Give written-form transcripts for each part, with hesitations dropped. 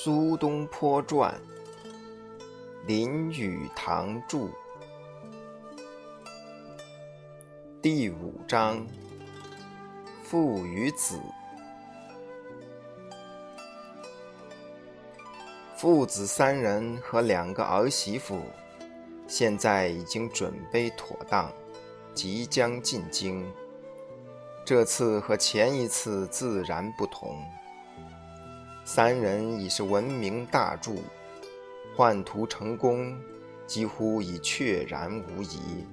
苏东坡传，林语堂著。第5章，父与子。父子3人和2个儿媳妇，现在已经准备妥当，即将进京。这次和前一次自然不同，3人已是闻名大著，宦途成功几乎已确然无疑。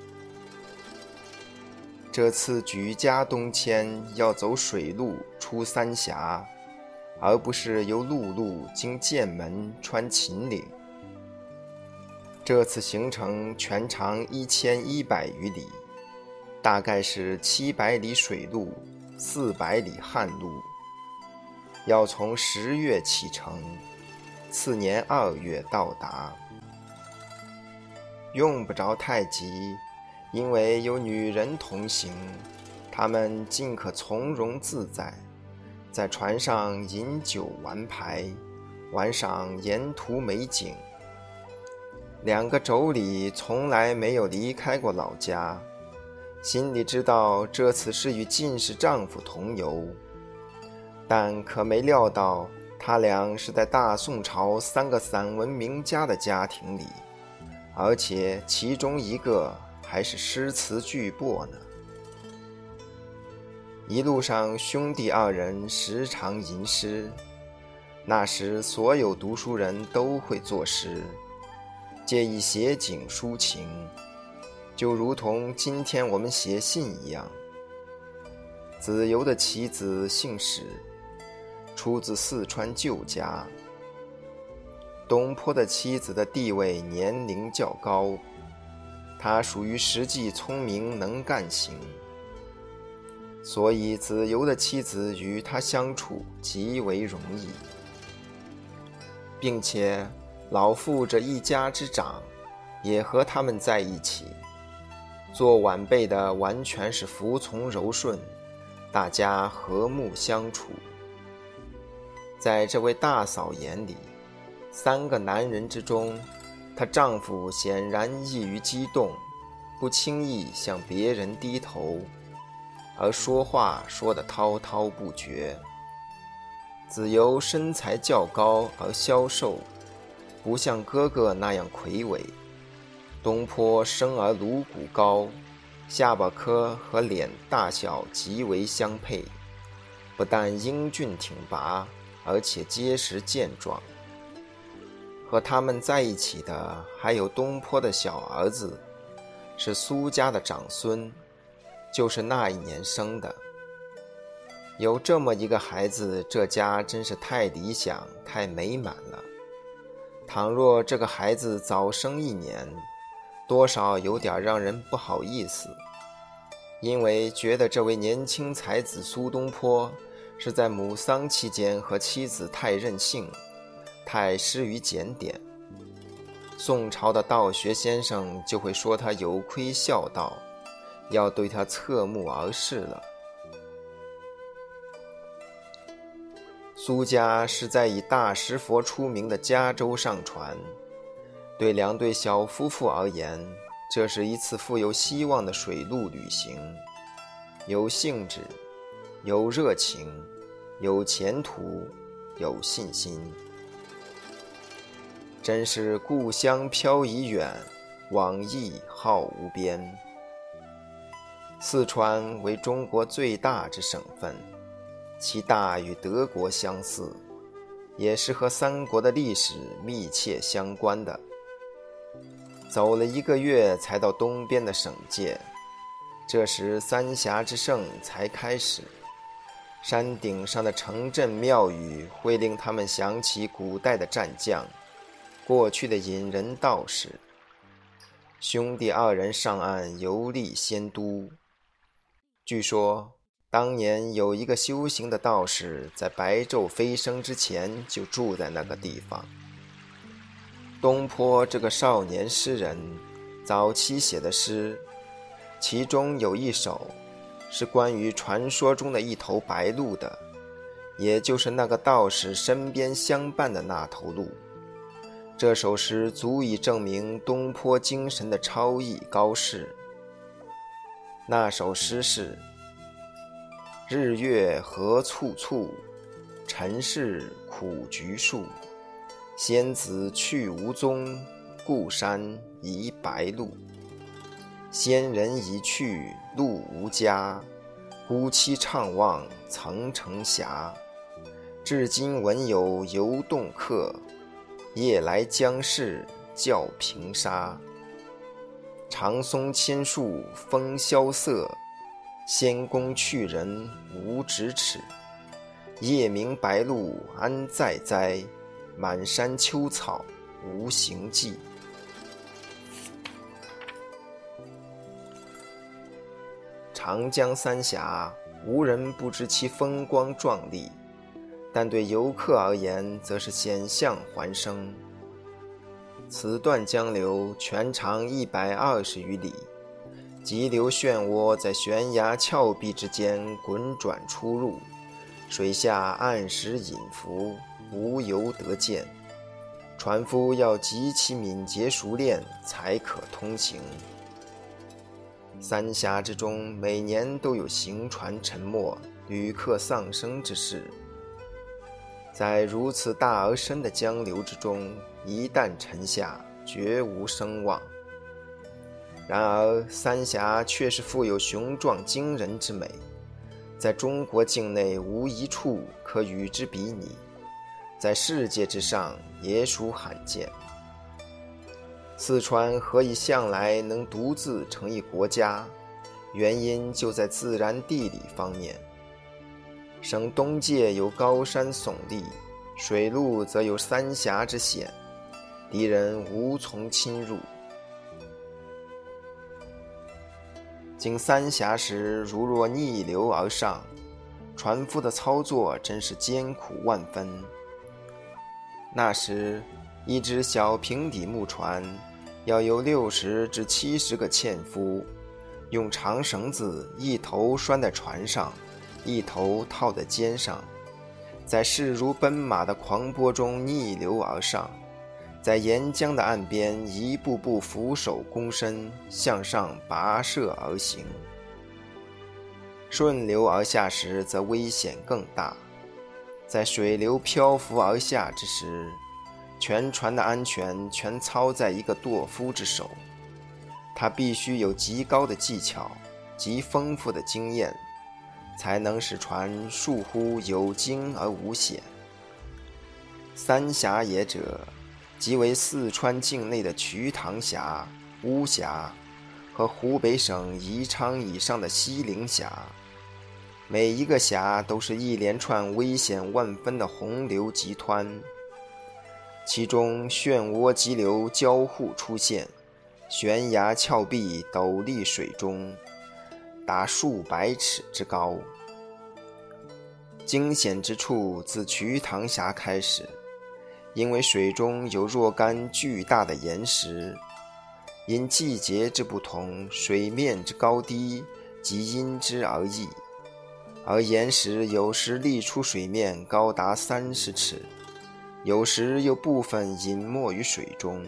这次举家东迁要走水路出三峡，而不是由陆路经剑门穿秦岭。这次行程全长1100余里，大概是700里水路，400里旱路。要从10月启程，次年2月到达。用不着太急，因为有女人同行，她们尽可从容自在，在船上饮酒玩牌，玩赏沿途美景。2个妯娌从来没有离开过老家，心里知道这次是与进士丈夫同游，但可没料到他俩是在大宋朝3个散文名家的家庭里，而且其中一个还是诗词巨擘呢。一路上兄弟2人时常吟诗，那时所有读书人都会作诗，借以写景抒情，就如同今天我们写信一样。子由的妻子姓史，出自四川旧家。东坡的妻子的地位年龄较高，她属于实际聪明能干型，所以子由的妻子与他相处极为容易，并且老父这一家之长也和他们在一起，做晚辈的完全是服从柔顺，大家和睦相处。在这位大嫂眼里，3个男人之中，她丈夫显然易于激动，不轻易向别人低头，而说话说得滔滔不绝。子由身材较高而消瘦，不像哥哥那样魁伟。东坡生而颅骨高，下巴颏和脸大小极为相配，不但英俊挺拔，而且结实健壮。和他们在一起的还有东坡的小儿子，是苏家的长孙，就是那一年生的。有这么一个孩子，这家真是太理想太美满了。倘若这个孩子早生1年，多少有点让人不好意思，因为觉得这位年轻才子苏东坡是在母丧期间和妻子太任性，太失于检点。宋朝的道学先生就会说他有亏孝道，要对他侧目而视了。苏家是在以大石佛出名的加州上船，对2对小夫妇而言，这是一次富有希望的水路旅行，有兴致，有热情，有前途，有信心。真是故乡飘已远，往忆好无边。四川为中国最大之省份，其大与德国相似，也是和3国的历史密切相关的。走了1个月才到东边的省界，这时三峡之盛才开始。山顶上的城镇庙宇会令他们想起古代的战将，过去的隐人道士。兄弟2人上岸游历仙都。据说当年有一个修行的道士，在白昼飞升之前就住在那个地方。东坡这个少年诗人早期写的诗，其中有一首是关于传说中的一头白鹿的， 也就是那个道士身边相伴的那头鹿。这首诗足以证明东坡精神的超逸高士。那首诗是：日月何簇簇，尘世苦菊树。仙子去无踪，故山移白鹿。仙人已去，鹿无家，孤栖怅望层层霞。至今闻有游洞客，夜来将市教平沙。长松千树风萧瑟，仙公去人无咫尺。夜明白鹭安在哉？满山秋草无行迹。长江三峡，无人不知其风光壮丽，但对游客而言，则是险象环生。此段江流全长120余里，急流漩涡在悬崖峭壁之间滚转出入，水下暗石隐伏，无由得见，船夫要极其敏捷熟练才可通行。三峡之中每年都有行船沉没、旅客丧生之事。在如此大而深的江流之中，一旦沉下，绝无声望。然而三峡却是富有雄壮惊人之美，在中国境内无一处可与之比拟，在世界之上也属罕见。四川何以向来能独自成一国家？原因就在自然地理方面。省东界有高山耸立，水路则有三峡之险，敌人无从侵入。经三峡时，如若逆流而上，船夫的操作真是艰苦万分。那时，一只小平底木船要有60至70个纤夫，用长绳子一头拴在船上，一头套在肩上，在势如奔马的狂波中逆流而上，在沿江的岸边一步步俯首躬身向上跋涉而行。顺流而下时则危险更大，在水流漂浮而下之时，全船的安全全操在一个舵夫之手，他必须有极高的技巧、极丰富的经验，才能使船倏忽有惊而无险。三峡也者，即为四川境内的瞿塘峡、巫峡和湖北省宜昌以上的西陵峡。每一个峡都是一连串危险万分的洪流急湍，其中漩涡急流交互出现，悬崖峭壁陡立水中，达数百尺之高。惊险之处自瞿塘峡开始，因为水中有若干巨大的岩石，因季节之不同，水面之高低即因之而异，而岩石有时立出水面高达30尺，有时又部分隐没于水中。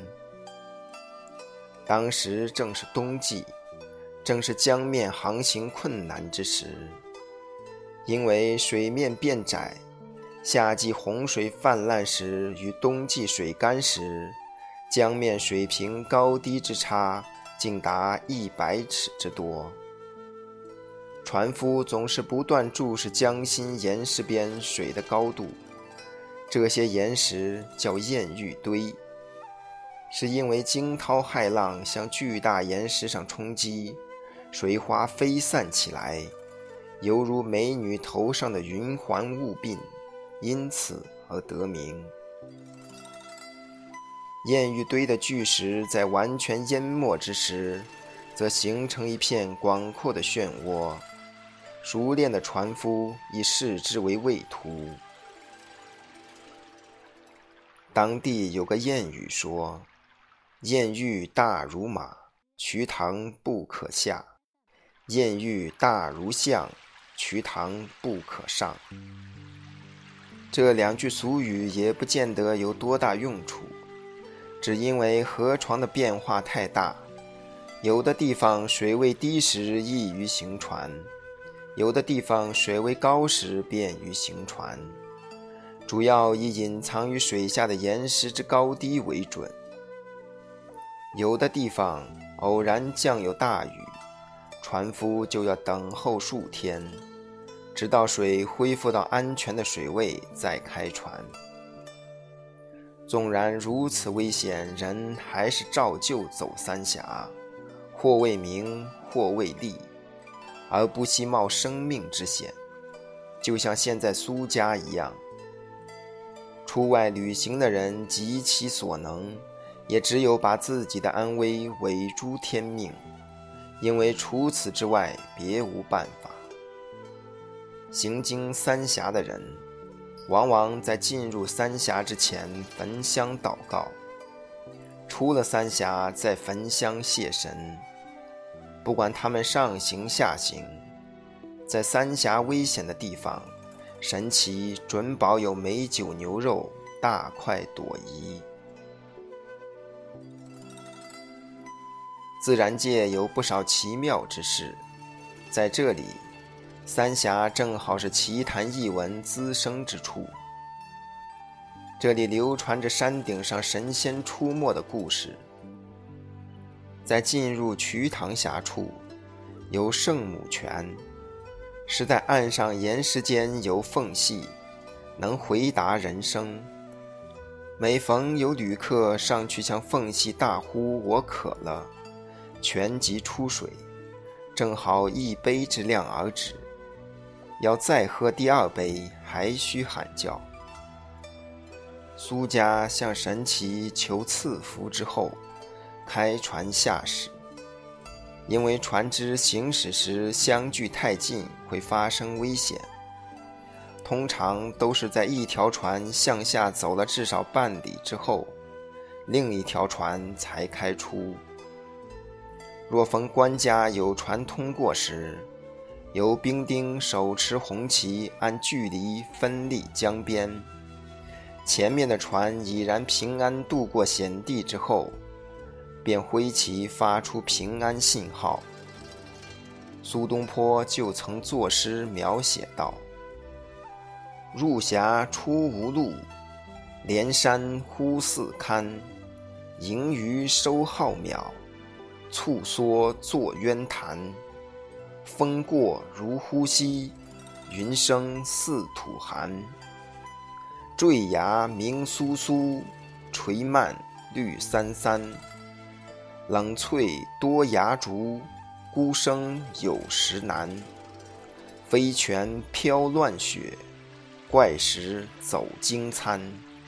当时正是冬季，正是江面航行困难之时，因为水面变窄，夏季洪水泛滥时与冬季水干时，江面水平高低之差竟达100尺之多。船夫总是不断注视江心岩石边水的高度，这些岩石叫堰峪堆，是因为惊涛骇浪向巨大岩石上冲击，水花飞散起来，犹如美女头上的云环雾鬓，因此而得名。堰峪堆的巨石在完全淹没之时，则形成一片广阔的漩涡，熟练的船夫以视之为畏途。当地有个谚语说：堰峪大如马，瞿塘不可下；堰峪大如象，瞿塘不可上。 这两句俗语也不见得有多大用处，只因为河床的变化太大，有的地方水位低时易于行船，有的地方水位高时便于行船，主要以隐藏于水下的岩石之高低为准。有的地方偶然降有大雨，船夫就要等候数天，直到水恢复到安全的水位再开船。纵然如此危险，人还是照旧走三峡，或为名，或为利，而不惜冒生命之险，就像现在苏家一样。出外旅行的人极其所能，也只有把自己的安危委诸天命，因为除此之外别无办法。行经三峡的人，往往在进入三峡之前焚香祷告，出了三峡再焚香谢神。不管他们上行下行，在三峡危险的地方，神奇准保有美酒牛肉大快朵颐。自然界有不少奇妙之事，在这里，三峡正好是奇谈异闻滋生之处。这里流传着山顶上神仙出没的故事。在进入瞿塘峡处，有圣母泉，是在岸上岩石间有缝隙，能回答人声。每逢有旅客上去向缝隙大呼我渴了，泉即出水，正好一杯之量而止，要再喝第二杯还需喊叫。苏家向神奇求赐福之后，开船下驶，因为船只行驶时相距太近会发生危险，通常都是在一条船向下走了至少半里之后，另一条船才开出。若逢官家有船通过时，由兵丁手持红旗按距离分立江边，前面的船已然平安渡过险地之后，便挥旗发出平安信号。苏东坡就曾作诗描写道：入峡出无路，连山忽似堪，盈余收浩渺，促缩作渊潭。风过如呼吸，云生似吐寒。坠崖鸣苏苏，垂蔓绿森森。冷翠多崖竹，孤生有时难。飞泉飘乱雪，怪石走经参。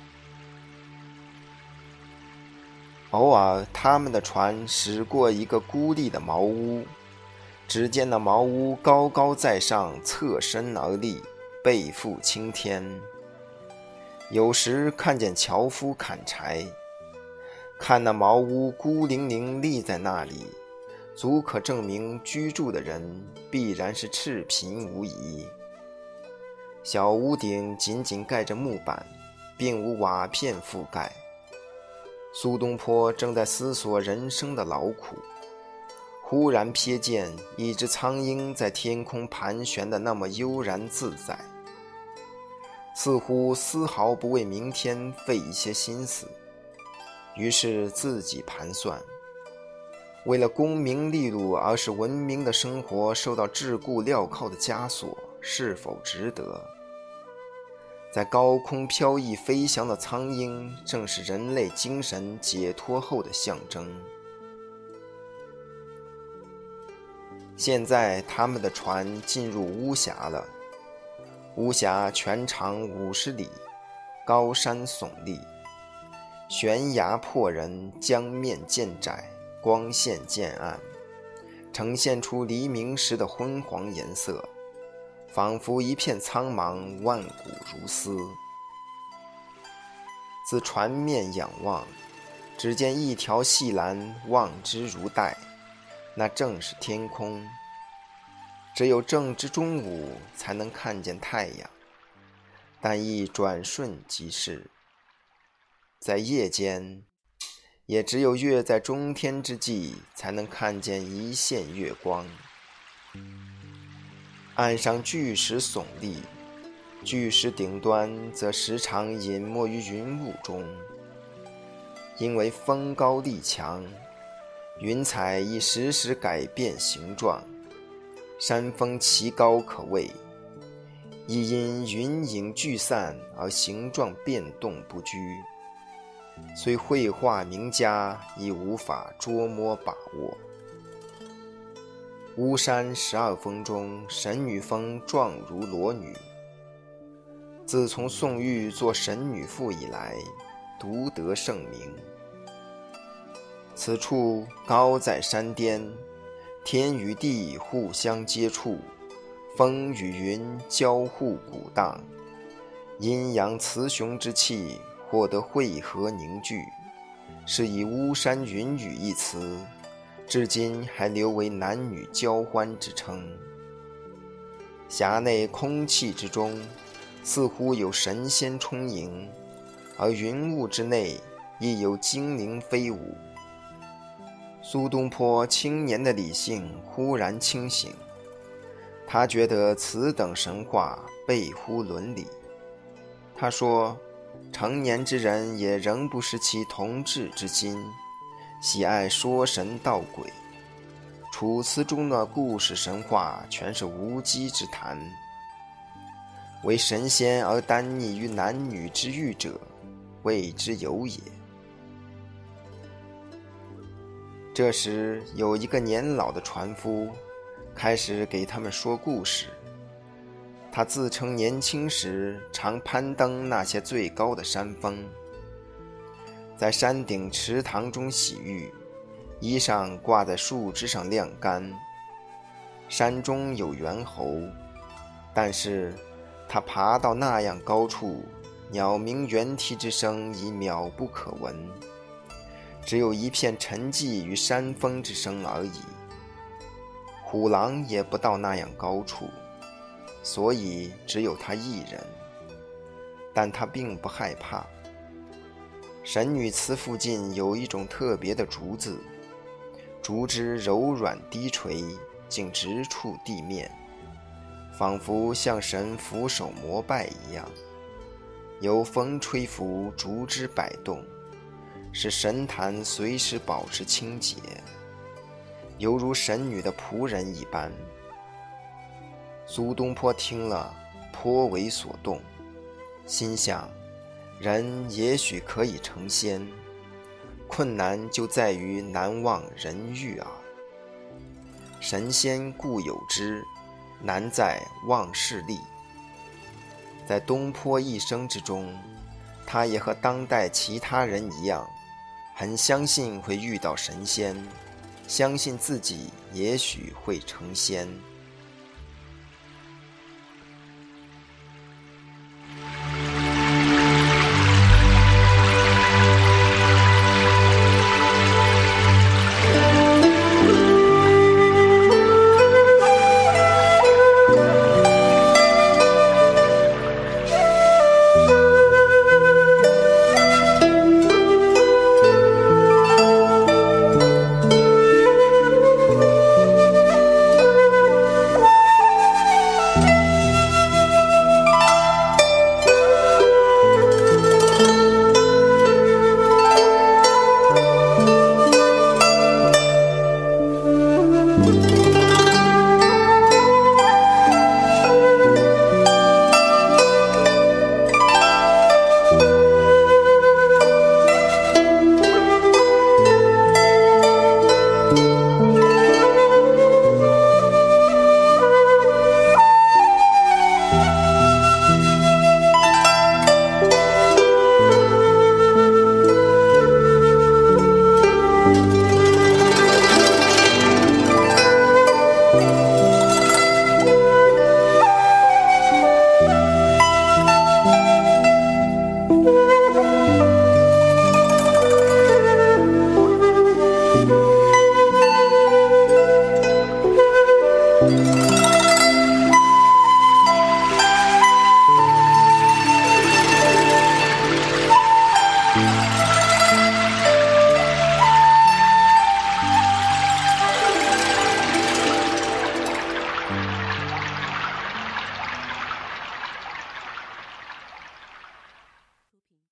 偶尔他们的船驶过一个孤立的茅屋，只见那茅屋高高在上，侧身而立，背负青天。有时看见樵夫砍柴，看那茅屋孤零零立在那里，足可证明居住的人必然是赤贫无疑。小屋顶仅仅盖着木板，并无瓦片覆盖。苏东坡正在思索人生的劳苦，忽然瞥见一只苍鹰在天空盘旋的那么悠然自在，似乎丝毫不为明天费一些心思。于是自己盘算，为了功名利禄而使文明的生活受到桎梏镣铐的枷锁，是否值得？在高空飘逸飞翔的苍鹰，正是人类精神解脱后的象征。现在他们的船进入巫峡了，巫峡全长50里，高山耸立，悬崖破人，江面渐窄，光线渐暗，呈现出黎明时的昏黄颜色，仿佛一片苍茫，万古如斯。自船面仰望，只见一条细蓝，望之如带，那正是天空。只有正值中午才能看见太阳， 但亦转瞬即逝。在夜间，也只有月在中天之际，才能看见一线月光。岸上巨石耸立，巨石顶端则时常隐没于云雾中。因为风高力强，云彩亦时时改变形状，山峰奇高可畏，亦因云影聚散而形状变动不居，虽绘画名家亦无法捉摸把握。巫山12峰中，神女峰状如裸女。自从宋玉做神女赋以来，独得盛名。此处高在山巅，天与地互相接触，风与云交互鼓荡，阴阳雌雄之气获得汇合凝聚，是以巫山云雨一词至今还留为男女交欢之称。峡内空气之中似乎有神仙充盈，而云雾之内亦有精灵飞舞。苏东坡青年的理性忽然清醒，他觉得此等神话背乎伦理。他说，成年之人也仍不失其童稚之心，喜爱说神道鬼。楚辞中的故事神话全是无稽之谈，为神仙而单溺于男女之欲者，谓之有也。这时有一个年老的船夫开始给他们说故事。他自称年轻时常攀登那些最高的山峰，在山顶池塘中洗浴，衣裳挂在树枝上晾干。山中有猿猴，但是他爬到那样高处，鸟鸣猿啼之声已渺不可闻，只有一片沉寂与山峰之声而已。虎狼也不到那样高处，所以只有他一人，但他并不害怕。神女祠附近有一种特别的竹子，竹枝柔软低垂，竟直触地面，仿佛向神俯首膜拜一样。由风吹拂，竹枝摆动，使神坛随时保持清洁，犹如神女的仆人一般。苏东坡听了颇为所动，心想，人也许可以成仙，困难就在于难忘人欲耳。神仙固有之，难在忘事力。在东坡一生之中，他也和当代其他人一样，很相信会遇到神仙，相信自己也许会成仙。